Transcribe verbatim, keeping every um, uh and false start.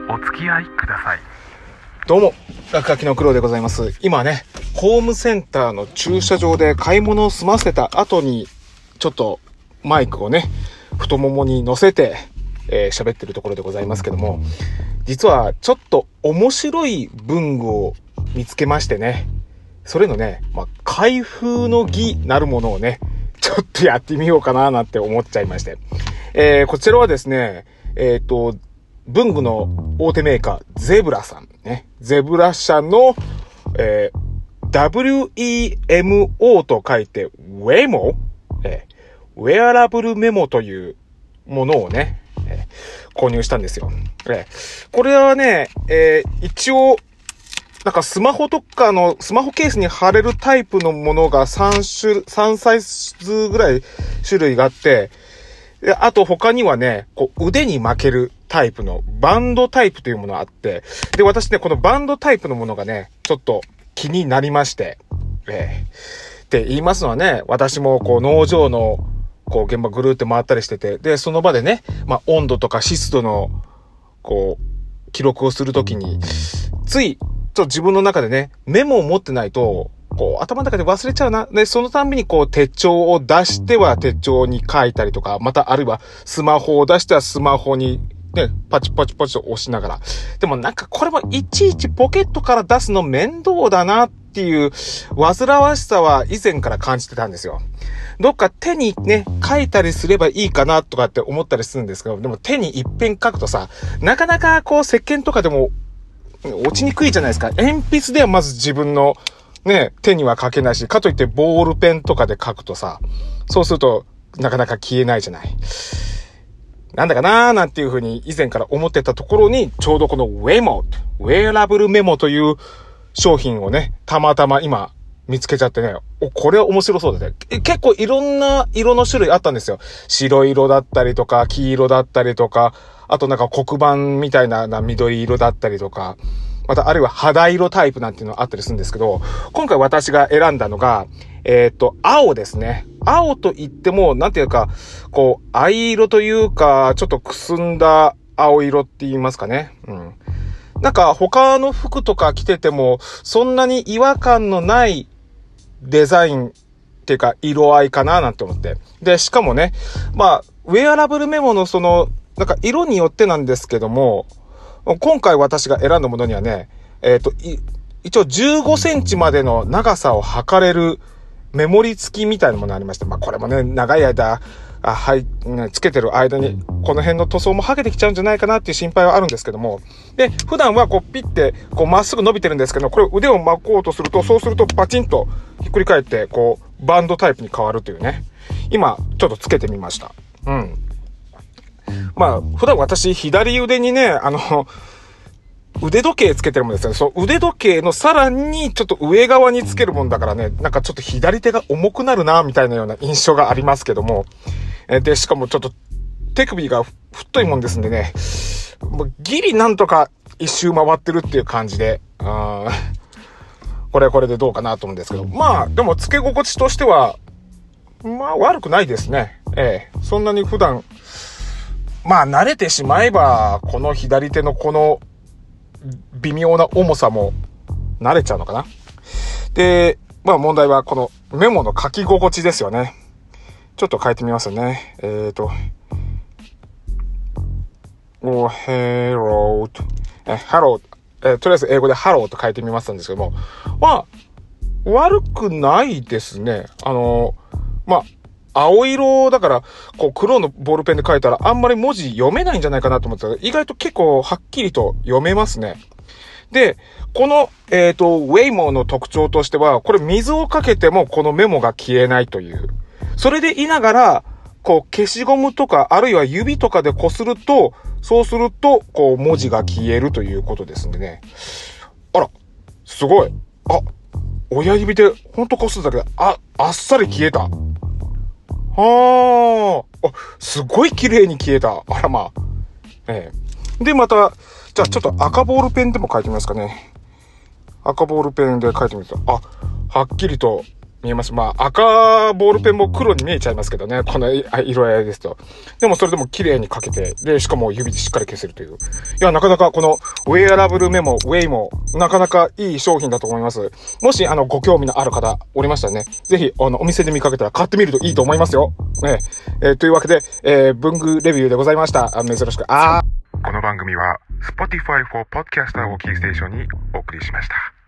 お付き合いください。 どうも、落書きの黒でございます。今ね、ホームセンターの駐車場で買い物を済ませた後に、ちょっとマイクをね、太ももに乗せて、えー、喋ってるところでございますけども、実はちょっと面白い文具を見つけましてね、それのね、まあ、開封の儀なるものをね、ちょっとやってみようかななんて思っちゃいまして。えー、こちらはですね、えっと、文具の大手メーカー、ゼブラさんね。ゼブラ社の、えー、ダブリューイーエムオー と書いて、ウェモ、えー、ウェアラブルメモというものをね、えー、購入したんですよ。えー、これはね、えー、一応、なんかスマホとかの、スマホケースに貼れるタイプのものがさん種、さんサイズぐらい種類があって、であと他にはね、こう腕に巻けるタイプのバンドタイプというものがあって、で、私ね、このバンドタイプのものがね、ちょっと気になりまして、えー、って言いますのはね、私もこう農場のこう現場ぐるーって回ったりしてて、で、その場でね、まあ温度とか湿度のこう記録をするときに、ついちょっと自分の中でね、メモを持ってないと、こう頭の中で忘れちゃうな。で、そのたんびにこう手帳を出しては手帳に書いたりとか、またあるいはスマホを出してはスマホにね、パチパチパチと押しながら。でもなんかこれもいちいちポケットから出すの面倒だなっていう煩わしさは以前から感じてたんですよ。どっか手にね、書いたりすればいいかなとかって思ったりするんですけど、でも手に一遍書くとさ、なかなかこう石鹸とかでも落ちにくいじゃないですか。鉛筆ではまず自分のね、手には書けないし、かといってボールペンとかで書くとさ、そうするとなかなか消えないじゃない。なんだかなーなんていう風に以前から思ってたところに、ちょうどこのウェモ、ウェアラブルメモという商品をね、たまたま今見つけちゃってね、お、これは面白そうだね。結構いろんな色の種類あったんですよ。白色だったりとか、黄色だったりとか、あとなんか黒板みたいな緑色だったりとか、またあるいは肌色タイプなんていうのがあったりするんですけど、今回私が選んだのが、えっと、青ですね。青と言っても、なんていうか、こう、藍色というか、ちょっとくすんだ青色って言いますかね。うん。なんか他の服とか着てても、そんなに違和感のないデザインっていうか、色合いかななんて思って。で、しかもね、まあ、ウェアラブルメモのその、なんか色によってなんですけども、今回私が選んだものにはね、えっと、一応じゅうごセンチまでの長さを測れるメモリ付きみたいなものがありまして、まあこれもね、長い間、あ、はい、ね、つけてる間に、この辺の塗装も剥げてきちゃうんじゃないかなっていう心配はあるんですけども、で、普段はこうピッて、こうまっすぐ伸びてるんですけど、これ腕を巻こうとすると、そうするとパチンとひっくり返って、こう、バンドタイプに変わるというね。今、ちょっとつけてみました。うん。まあ、普段私、左腕にね、あの、腕時計つけてるもんですよ。そう、腕時計のさらにちょっと上側につけるもんだからね、なんかちょっと左手が重くなるな、みたいなような印象がありますけども。で、しかもちょっと手首が太いもんですんでね、ギリなんとか一周回ってるっていう感じで、あこれはこれでどうかなと思うんですけど。まあ、でも付け心地としては、まあ悪くないですね。ええ、そんなに普段、まあ慣れてしまえば、この左手のこの微妙な重さも慣れちゃうのかな。で、まあ問題はこのメモの書き心地ですよね。ちょっと変えてみますよね。えーと、お、ヘローと、え、ハロー、え、とりあえず英語でハローと書いてみますんですけども、まあ、悪くないですね。あの、まあ、青色だから、こう黒のボールペンで書いたらあんまり文字読めないんじゃないかなと思ってたけど、意外と結構はっきりと読めますね。で、この、えっと、ウェイモの特徴としては、これ水をかけてもこのメモが消えないという。それでいながら、こう消しゴムとか、あるいは指とかで擦ると、そうすると、こう文字が消えるということですんでね。あら、すごい。あ、親指でほんと擦るだけで、あ、あっさり消えた。はあ、あ、すごい綺麗に消えた。あらまあ。ええ。で、また、じゃあちょっと赤ボールペンでも書いてみますかね。赤ボールペンで書いてみると、あ、はっきりと見えます。まあ、赤ボールペンも黒に見えちゃいますけどね。この色合いですと。でもそれでも綺麗に書けて、で、しかも指でしっかり消せるという。いや、なかなかこのウェアラブルメモ、ウェイも、なかなかいい商品だと思います。もし、あの、ご興味のある方、おりましたらね、ぜひ、あの、お店で見かけたら買ってみるといいと思いますよ。ね。えー、というわけで、えー、文具レビューでございました。あ、珍しく。あー。 この番組は Spotify for Podcaster をキーステーションにお送りしました。